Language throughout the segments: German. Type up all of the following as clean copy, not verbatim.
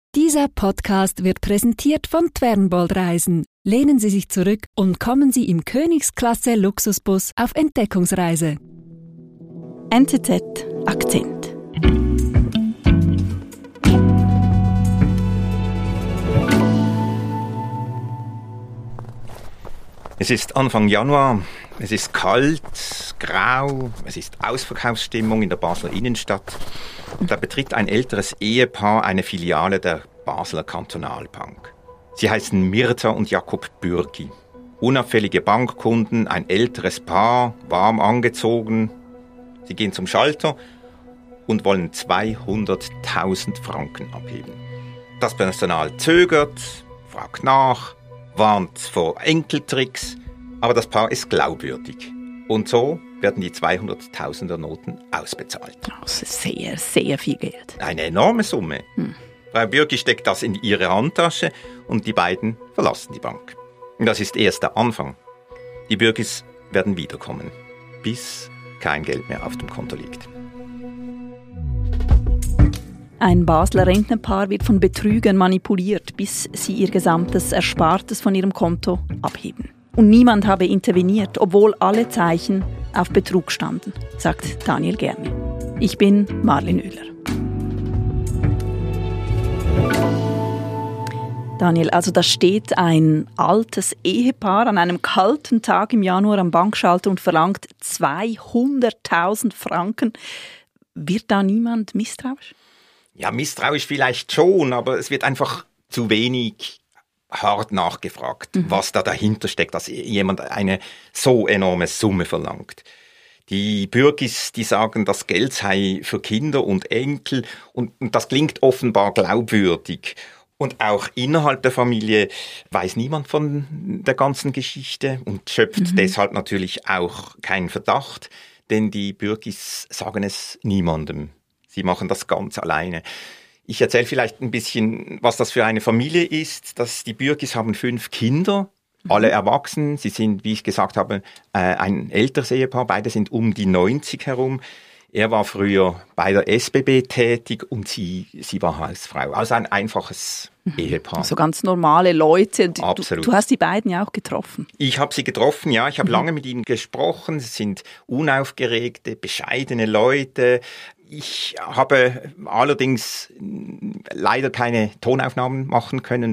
Dieser Podcast wird präsentiert von Twernbold Reisen. Lehnen Sie sich zurück und kommen Sie im Königsklasse Luxusbus auf Entdeckungsreise. NZZ Akzent. Es ist Anfang Januar, es ist kalt, grau, es ist Ausverkaufsstimmung in der Basler Innenstadt. Da betritt ein älteres Ehepaar eine Filiale der Basler Kantonalbank. Sie heißen Mirta und Jakob Bürgi. Unauffällige Bankkunden, ein älteres Paar, warm angezogen. Sie gehen zum Schalter und wollen 200.000 Franken abheben. Das Personal zögert, fragt nach, warnt vor Enkeltricks, aber das Paar ist glaubwürdig. Und so werden die 200.000er Noten ausbezahlt. Das ist sehr, sehr viel Geld. Eine enorme Summe. Frau Bürgi steckt das in ihre Handtasche und die beiden verlassen die Bank. Und das ist erst der Anfang. Die Bürgis werden wiederkommen, bis kein Geld mehr auf dem Konto liegt. Ein Basler Rentnerpaar wird von Betrügern manipuliert, bis sie ihr gesamtes Erspartes von ihrem Konto abheben. Und niemand habe interveniert, obwohl alle Zeichen auf Betrug standen, sagt Daniel Gerne. Ich bin Marlin Oehler. Daniel, also da steht ein altes Ehepaar an einem kalten Tag im Januar am Bankschalter und verlangt 200.000 Franken. Wird da niemand misstrauisch? Ja, misstrauisch vielleicht schon, aber es wird einfach zu wenig hart nachgefragt, was da dahinter steckt, dass jemand eine so enorme Summe verlangt. Die Bürgis, die sagen, das Geld sei für Kinder und Enkel und das klingt offenbar glaubwürdig. Und auch innerhalb der Familie weiß niemand von der ganzen Geschichte und schöpft deshalb natürlich auch keinen Verdacht, denn die Bürgis sagen es niemandem. Sie machen das ganz alleine. Ich erzähle vielleicht ein bisschen, was das für eine Familie ist. Die Bürgis haben 5 Kinder, alle erwachsen. Sie sind, wie ich gesagt habe, ein älteres Ehepaar. Beide sind um die 90 herum. Er war früher bei der SBB tätig und sie war Hausfrau. Also ein einfaches Ehepaar. So ganz normale Leute. Absolut. Du hast die beiden ja auch getroffen. Ich habe sie getroffen, ja. Ich habe lange mit ihnen gesprochen. Sie sind unaufgeregte, bescheidene Leute. Ich habe allerdings leider keine Tonaufnahmen machen können,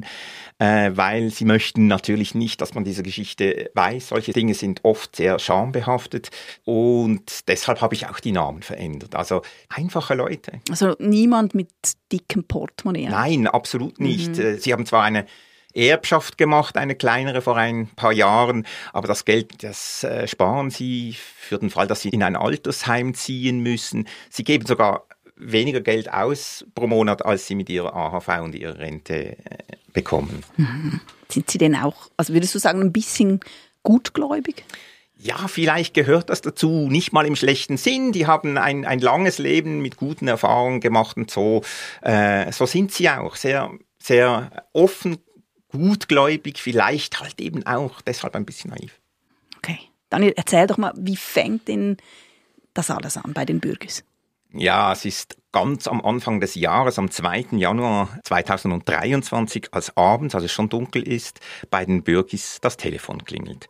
weil sie möchten natürlich nicht, dass man diese Geschichte weiß. Solche Dinge sind oft sehr schambehaftet und deshalb habe ich auch die Namen verändert. Also einfache Leute. Also niemand mit dickem Portemonnaie? Nein, absolut nicht. Sie haben zwar eine Erbschaft gemacht, eine kleinere vor ein paar Jahren, aber das Geld, das sparen sie für den Fall, dass sie in ein Altersheim ziehen müssen. Sie geben sogar weniger Geld aus pro Monat, als sie mit ihrer AHV und ihrer Rente bekommen. Sind sie denn auch, also würdest du sagen, ein bisschen gutgläubig? Ja, vielleicht gehört das dazu, nicht mal im schlechten Sinn. Die haben ein langes Leben mit guten Erfahrungen gemacht und so sind sie auch sehr, sehr offen, gutgläubig, vielleicht halt eben auch deshalb ein bisschen naiv. Okay, Daniel, erzähl doch mal, wie fängt denn das alles an bei den Bürgis? Ja, es ist ganz am Anfang des Jahres, am 2. Januar 2023, als abends, als es schon dunkel ist, bei den Bürgis das Telefon klingelt.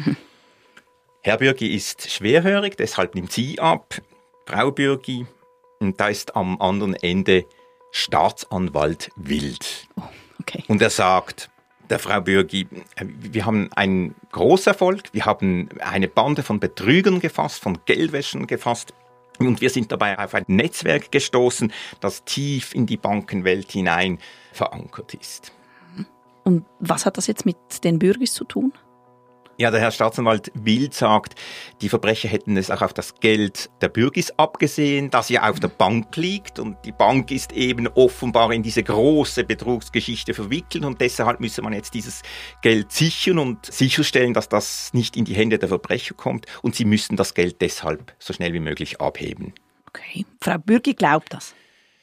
Herr Bürgi ist schwerhörig, deshalb nimmt sie ab. Frau Bürgi, und da ist am anderen Ende Staatsanwalt Wild. Oh, okay. Und er sagt, der Frau Bürgi, wir haben einen Großerfolg, wir haben eine Bande von Betrügern gefasst, von Geldwäschern gefasst und wir sind dabei auf ein Netzwerk gestoßen, das tief in die Bankenwelt hinein verankert ist. Und was hat das jetzt mit den Bürgis zu tun? Ja, der Herr Staatsanwalt Wild sagt, die Verbrecher hätten es auch auf das Geld der Bürgis abgesehen, das ja auf der Bank liegt. Und die Bank ist eben offenbar in diese große Betrugsgeschichte verwickelt. Und deshalb müsse man jetzt dieses Geld sichern und sicherstellen, dass das nicht in die Hände der Verbrecher kommt. Und sie müssten das Geld deshalb so schnell wie möglich abheben. Okay, Frau Bürgi glaubt das?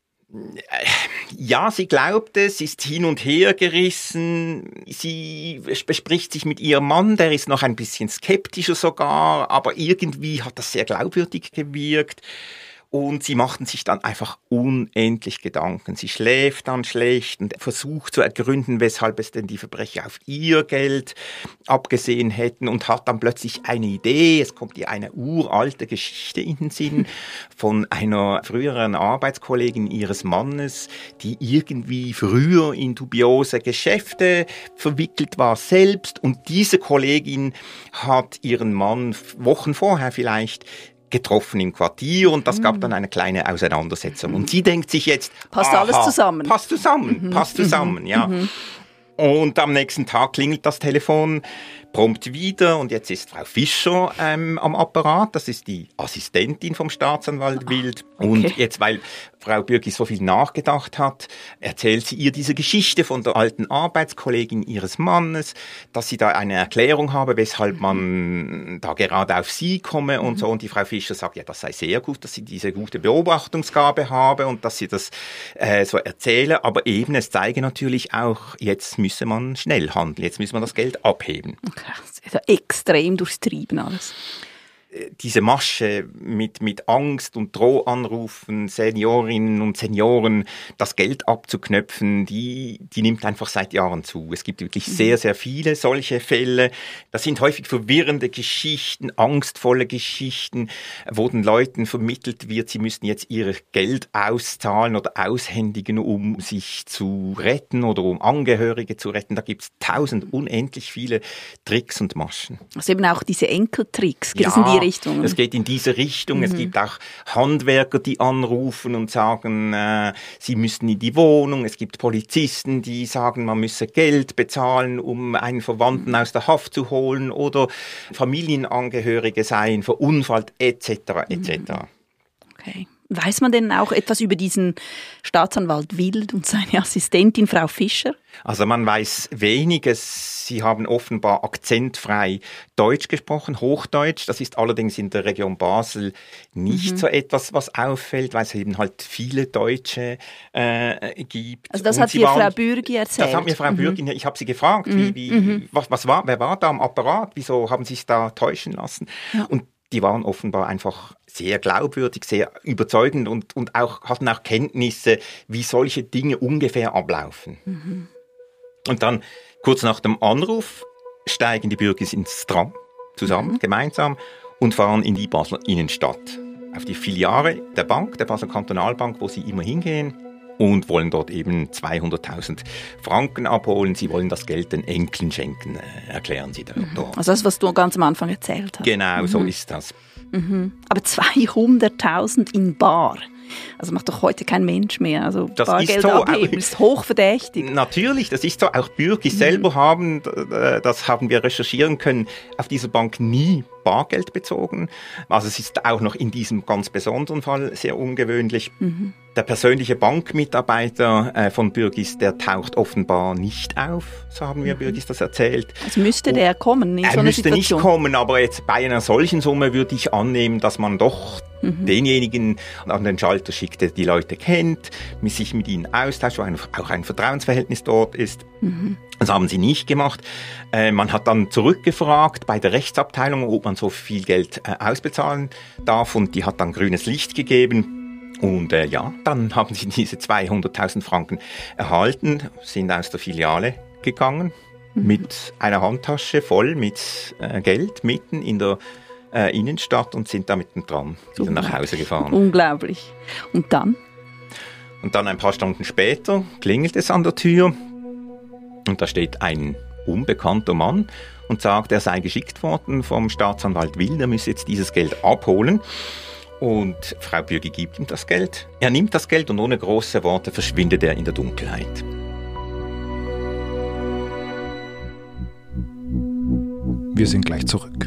Ja, sie glaubt es, ist hin und her gerissen. Sie bespricht sich mit ihrem Mann, der ist noch ein bisschen skeptischer sogar, aber irgendwie hat das sehr glaubwürdig gewirkt. Und sie machten sich dann einfach unendlich Gedanken. Sie schläft dann schlecht und versucht zu ergründen, weshalb es denn die Verbrecher auf ihr Geld abgesehen hätten und hat dann plötzlich eine Idee. Es kommt ihr eine uralte Geschichte in den Sinn von einer früheren Arbeitskollegin ihres Mannes, die irgendwie früher in dubiose Geschäfte verwickelt war selbst. Und diese Kollegin hat ihren Mann Wochen vorher vielleicht getroffen im Quartier und das gab dann eine kleine Auseinandersetzung. Und sie denkt sich jetzt, passt alles zusammen. Passt zusammen, ja. Und am nächsten Tag klingelt das Telefon prompt wieder und jetzt ist Frau Fischer am Apparat, das ist die Assistentin vom Staatsanwalt Wild. Okay. Und jetzt, weil Frau Bürgi so viel nachgedacht hat, erzählt sie ihr diese Geschichte von der alten Arbeitskollegin ihres Mannes, dass sie da eine Erklärung habe, weshalb man da gerade auf sie komme und so. Und die Frau Fischer sagt, ja, das sei sehr gut, dass sie diese gute Beobachtungsgabe habe und dass sie das so erzähle. Aber eben, es zeige natürlich auch, jetzt müsse man schnell handeln, jetzt müsse man das Geld abheben. Okay. Das ist ja extrem durchtrieben alles. Diese Masche mit Angst und Drohanrufen, Seniorinnen und Senioren, das Geld abzuknöpfen, die nimmt einfach seit Jahren zu. Es gibt wirklich sehr, sehr viele solche Fälle. Das sind häufig verwirrende Geschichten, angstvolle Geschichten, wo den Leuten vermittelt wird, sie müssten jetzt ihr Geld auszahlen oder aushändigen, um sich zu retten oder um Angehörige zu retten. Da gibt es unendlich viele Tricks und Maschen. Also eben auch diese Enkeltricks, geht es in die Richtung? Es geht in diese Richtung. Es gibt auch Handwerker, die anrufen und sagen, sie müssten in die Wohnung. Es gibt Polizisten, die sagen, man müsse Geld bezahlen, um einen Verwandten aus der Haft zu holen oder Familienangehörige seien verunfallt etc. Okay. Weiß man denn auch etwas über diesen Staatsanwalt Wild und seine Assistentin Frau Fischer? Also man weiß weniges. Sie haben offenbar akzentfrei Deutsch gesprochen, Hochdeutsch. Das ist allerdings in der Region Basel nicht so etwas, was auffällt, weil es eben halt viele Deutsche gibt. Also das hat dir Frau Bürgi erzählt? Das hat mir Frau Bürgi, ich habe sie gefragt, wer war da am Apparat? Wieso haben Sie sich da täuschen lassen? Ja. Und die waren offenbar einfach sehr glaubwürdig, sehr überzeugend und hatten auch Kenntnisse, wie solche Dinge ungefähr ablaufen. Und dann, kurz nach dem Anruf, steigen die Bürgis ins Tram zusammen, gemeinsam, und fahren in die Basler Innenstadt. Auf die Filiale der Bank, der Basler Kantonalbank, wo sie immer hingehen, und wollen dort eben 200.000 Franken abholen. Sie wollen das Geld den Enkeln schenken, erklären sie dort. Also das, was du ganz am Anfang erzählt hast. Genau, so ist das. Aber 200.000 in bar. Also macht doch heute kein Mensch mehr. Also das Bargeld ist so, abheben ist hochverdächtig. Natürlich, das ist so. Auch Bürgis selber haben, das haben wir recherchieren können, auf dieser Bank nie Bargeld bezogen. Also es ist auch noch in diesem ganz besonderen Fall sehr ungewöhnlich. Der persönliche Bankmitarbeiter von Bürgis, der taucht offenbar nicht auf, so haben wir Bürgis das erzählt. Also müsste der kommen in so einer Situation? Er müsste nicht kommen, aber jetzt bei einer solchen Summe würde ich annehmen, dass man doch denjenigen an den Schalter schickt, der die Leute kennt, sich mit ihnen austauscht, wo auch ein Vertrauensverhältnis dort ist. Das haben sie nicht gemacht. Man hat dann zurückgefragt bei der Rechtsabteilung, ob man so viel Geld ausbezahlen darf, und die hat dann grünes Licht gegeben. Und dann haben sie diese 200.000 Franken erhalten, sind aus der Filiale gegangen mit einer Handtasche voll mit Geld mitten in der Innenstadt und sind da mit dem Tram wieder nach Hause gefahren. Unglaublich. Und dann? Und dann ein paar Stunden später klingelt es an der Tür und da steht ein unbekannter Mann und sagt, er sei geschickt worden vom Staatsanwalt Wild, er müsse jetzt dieses Geld abholen. Und Frau Bürgi gibt ihm das Geld. Er nimmt das Geld und ohne große Worte verschwindet er in der Dunkelheit. Wir sind gleich zurück.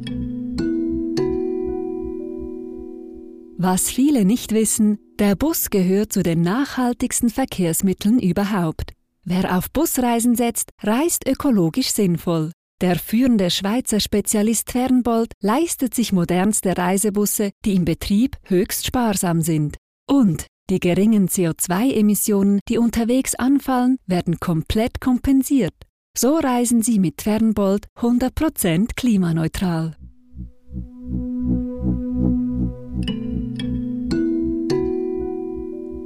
Was viele nicht wissen, der Bus gehört zu den nachhaltigsten Verkehrsmitteln überhaupt. Wer auf Busreisen setzt, reist ökologisch sinnvoll. Der führende Schweizer Spezialist Fernbold leistet sich modernste Reisebusse, die im Betrieb höchst sparsam sind. Und die geringen CO2-Emissionen, die unterwegs anfallen, werden komplett kompensiert. So reisen Sie mit Fernbold 100% klimaneutral.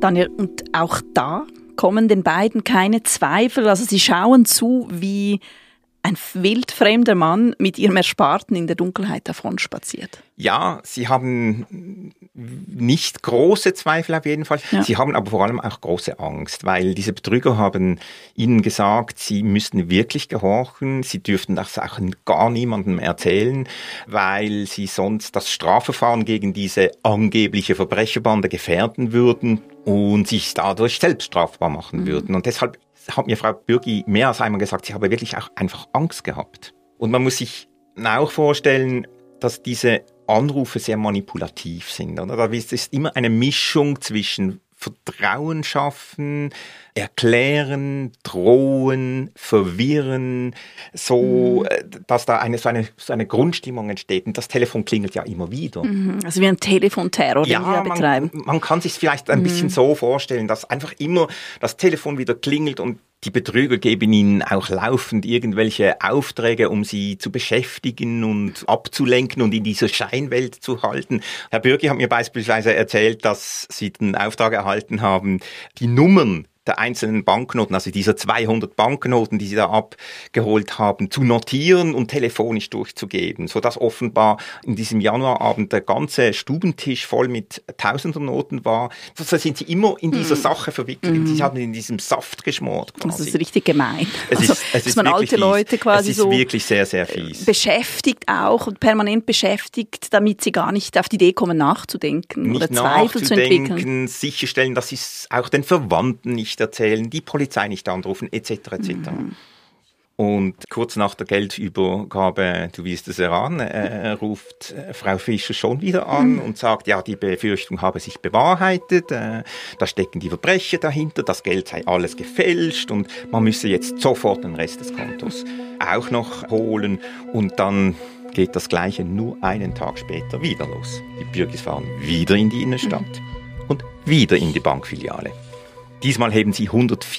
Daniel, und auch da kommen den beiden keine Zweifel. Also sie schauen zu, wie ein wildfremder Mann mit ihrem Ersparten in der Dunkelheit davonspaziert. Ja, sie haben nicht große Zweifel auf jeden Fall. Ja. Sie haben aber vor allem auch große Angst, weil diese Betrüger haben ihnen gesagt, sie müssten wirklich gehorchen. Sie dürften das auch gar niemandem erzählen, weil sie sonst das Strafverfahren gegen diese angebliche Verbrecherbande gefährden würden und sich dadurch selbst strafbar machen würden. Und deshalb hat mir Frau Bürgi mehr als einmal gesagt, sie habe wirklich auch einfach Angst gehabt. Und man muss sich auch vorstellen, dass diese Anrufe sehr manipulativ sind. Oder? Da ist immer eine Mischung zwischen Vertrauen schaffen, erklären, drohen, verwirren, so, dass da so eine Grundstimmung entsteht. Und das Telefon klingelt ja immer wieder. Also wie ein Telefonterror, den Sie da betreiben. Man kann sich vielleicht ein bisschen so vorstellen, dass einfach immer das Telefon wieder klingelt und die Betrüger geben ihnen auch laufend irgendwelche Aufträge, um sie zu beschäftigen und abzulenken und in dieser Scheinwelt zu halten. Herr Bürgi hat mir beispielsweise erzählt, dass sie den Auftrag erhalten haben, die Nummern der einzelnen Banknoten, also dieser 200 Banknoten, die sie da abgeholt haben, zu notieren und telefonisch durchzugeben, sodass offenbar in diesem Januarabend der ganze Stubentisch voll mit Tausendernoten war. So sind sie immer in dieser Sache verwickelt. Sie haben in diesem Saft geschmort quasi. Das ist richtig gemein. Es ist man alte Leute quasi so wirklich sehr, sehr fies. Beschäftigt auch und permanent beschäftigt, damit sie gar nicht auf die Idee kommen, nachzudenken oder Zweifel zu entwickeln. Sicherstellen, dass sie es auch den Verwandten nicht erzählen, die Polizei nicht anrufen, etc. etc. Und kurz nach der Geldübergabe, du wirst es erahnen, ruft Frau Fischer schon wieder an und sagt, ja, die Befürchtung habe sich bewahrheitet, da stecken die Verbrecher dahinter, das Geld sei alles gefälscht und man müsse jetzt sofort den Rest des Kontos auch noch holen. Und dann geht das Gleiche nur einen Tag später wieder los. Die Bürgis fahren wieder in die Innenstadt und wieder in die Bankfiliale. Diesmal heben sie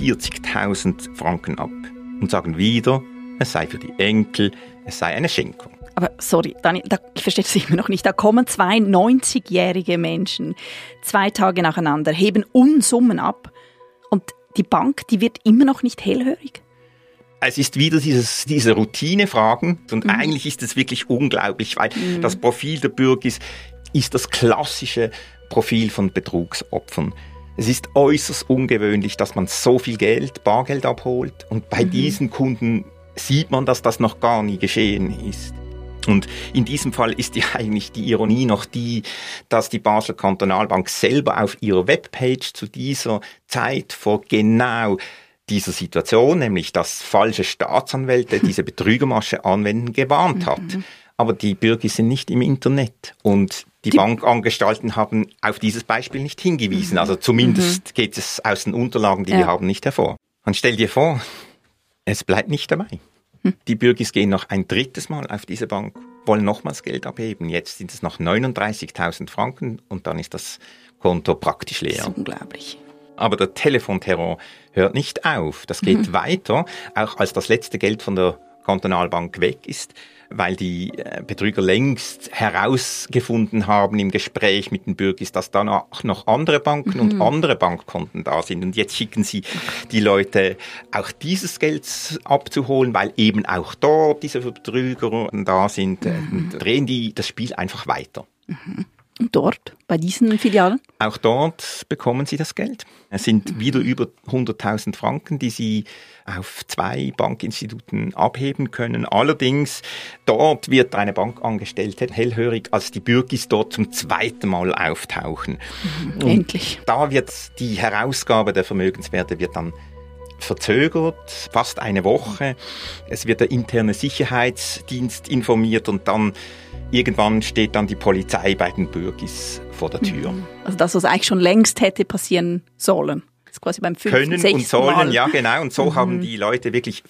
140.000 Franken ab und sagen wieder, es sei für die Enkel, es sei eine Schenkung. Aber sorry, Daniel, ich verstehe das immer noch nicht. Da kommen zwei 90-jährige Menschen 2 Tage nacheinander, heben Unsummen ab und die Bank, die wird immer noch nicht hellhörig. Es ist wieder diese Routinefragen und eigentlich ist es wirklich unglaublich, weil das Profil der Bürgis ist das klassische Profil von Betrugsopfern. Es ist äußerst ungewöhnlich, dass man so viel Geld, Bargeld abholt. Und bei diesen Kunden sieht man, dass das noch gar nie geschehen ist. Und in diesem Fall ist ja eigentlich die Ironie noch die, dass die Basler Kantonalbank selber auf ihrer Webpage zu dieser Zeit vor genau dieser Situation, nämlich dass falsche Staatsanwälte diese Betrügermasche anwenden, gewarnt hat. Aber die Bürger sind nicht im Internet und die Bankangestellten haben auf dieses Beispiel nicht hingewiesen. Also zumindest geht es aus den Unterlagen, die wir haben, nicht hervor. Und stell dir vor, es bleibt nicht dabei. Die Bürgis gehen noch ein drittes Mal auf diese Bank, wollen nochmals Geld abheben. Jetzt sind es noch 39.000 Franken und dann ist das Konto praktisch leer. Das ist unglaublich. Aber der Telefonterror hört nicht auf. Das geht weiter, auch als das letzte Geld von der Kantonalbank weg ist, weil die Betrüger längst herausgefunden haben im Gespräch mit den Bürgis, dass da noch andere Banken und andere Bankkonten da sind. Und jetzt schicken sie die Leute, auch dieses Geld abzuholen, weil eben auch dort diese Betrüger da sind, drehen die das Spiel einfach weiter. Und dort, bei diesen Filialen? Auch dort bekommen sie das Geld. Es sind wieder über 100.000 Franken, die sie auf 2 Bankinstituten abheben können. Allerdings, dort wird eine Bankangestellte hellhörig, als die Bürgis dort zum 2. Mal auftauchen. Endlich. Da wird die Herausgabe der Vermögenswerte wird dann verzögert, fast eine Woche. Es wird der interne Sicherheitsdienst informiert und dann irgendwann steht dann die Polizei bei den Bürgis vor der Tür. Also das, was eigentlich schon längst hätte passieren sollen. Das ist quasi beim 5. Können 6. und sollen, Mal. ja genau. Und so haben die Leute wirklich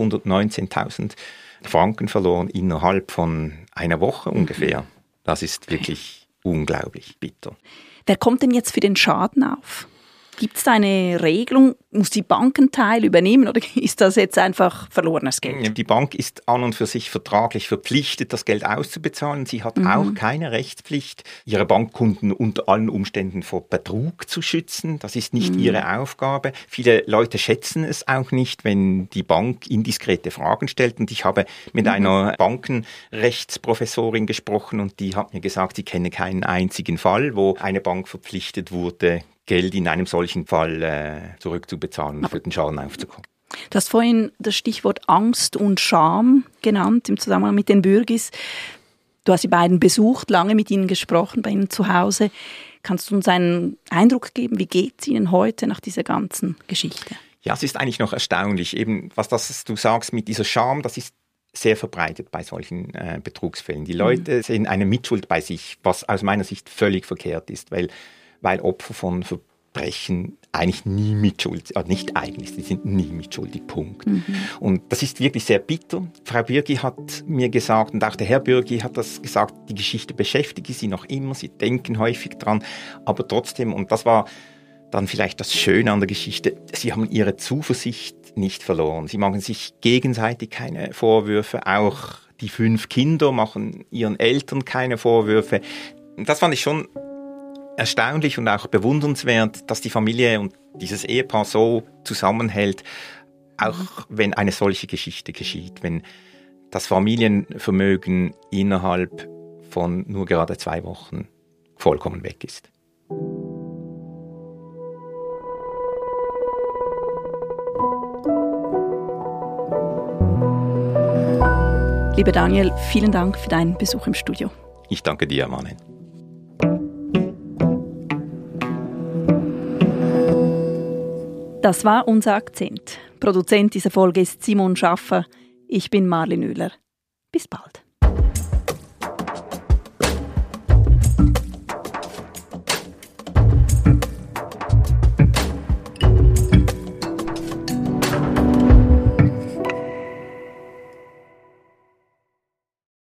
519.000 Franken verloren innerhalb von einer Woche ungefähr. Das ist wirklich unglaublich bitter. Wer kommt denn jetzt für den Schaden auf? Gibt es da eine Regelung? Muss die Bank einen Teil übernehmen oder ist das jetzt einfach verlorenes Geld? Die Bank ist an und für sich vertraglich verpflichtet, das Geld auszubezahlen. Sie hat auch keine Rechtspflicht, ihre Bankkunden unter allen Umständen vor Betrug zu schützen. Das ist nicht ihre Aufgabe. Viele Leute schätzen es auch nicht, wenn die Bank indiskrete Fragen stellt. Und ich habe mit einer Bankenrechtsprofessorin gesprochen und die hat mir gesagt, sie kenne keinen einzigen Fall, wo eine Bank verpflichtet wurde, Geld in einem solchen Fall zurückzubezahlen und für den Schaden aufzukommen. Du hast vorhin das Stichwort Angst und Scham genannt im Zusammenhang mit den Bürgis. Du hast die beiden besucht, lange mit ihnen gesprochen, bei ihnen zu Hause. Kannst du uns einen Eindruck geben, wie geht es ihnen heute nach dieser ganzen Geschichte? Ja, es ist eigentlich noch erstaunlich, eben was das du sagst mit dieser Scham, das ist sehr verbreitet bei solchen Betrugsfällen. Die Leute sehen eine Mitschuld bei sich, was aus meiner Sicht völlig verkehrt ist, weil Opfer von Verbrechen eigentlich nie mitschuldig, nicht eigentlich, sie sind nie mitschuldig, Punkt. Und das ist wirklich sehr bitter. Frau Bürgi hat mir gesagt, und auch der Herr Bürgi hat das gesagt, die Geschichte beschäftige sie noch immer, sie denken häufig dran, aber trotzdem, und das war dann vielleicht das Schöne an der Geschichte, sie haben ihre Zuversicht nicht verloren. Sie machen sich gegenseitig keine Vorwürfe, auch die 5 Kinder machen ihren Eltern keine Vorwürfe. Das fand ich schon erstaunlich und auch bewundernswert, dass die Familie und dieses Ehepaar so zusammenhält, auch wenn eine solche Geschichte geschieht, wenn das Familienvermögen innerhalb von nur gerade 2 Wochen vollkommen weg ist. Lieber Daniel, vielen Dank für deinen Besuch im Studio. Ich danke dir, Marlene. Das war unser Akzent. Produzent dieser Folge ist Simon Schaffer. Ich bin Marlene Oehler. Bis bald.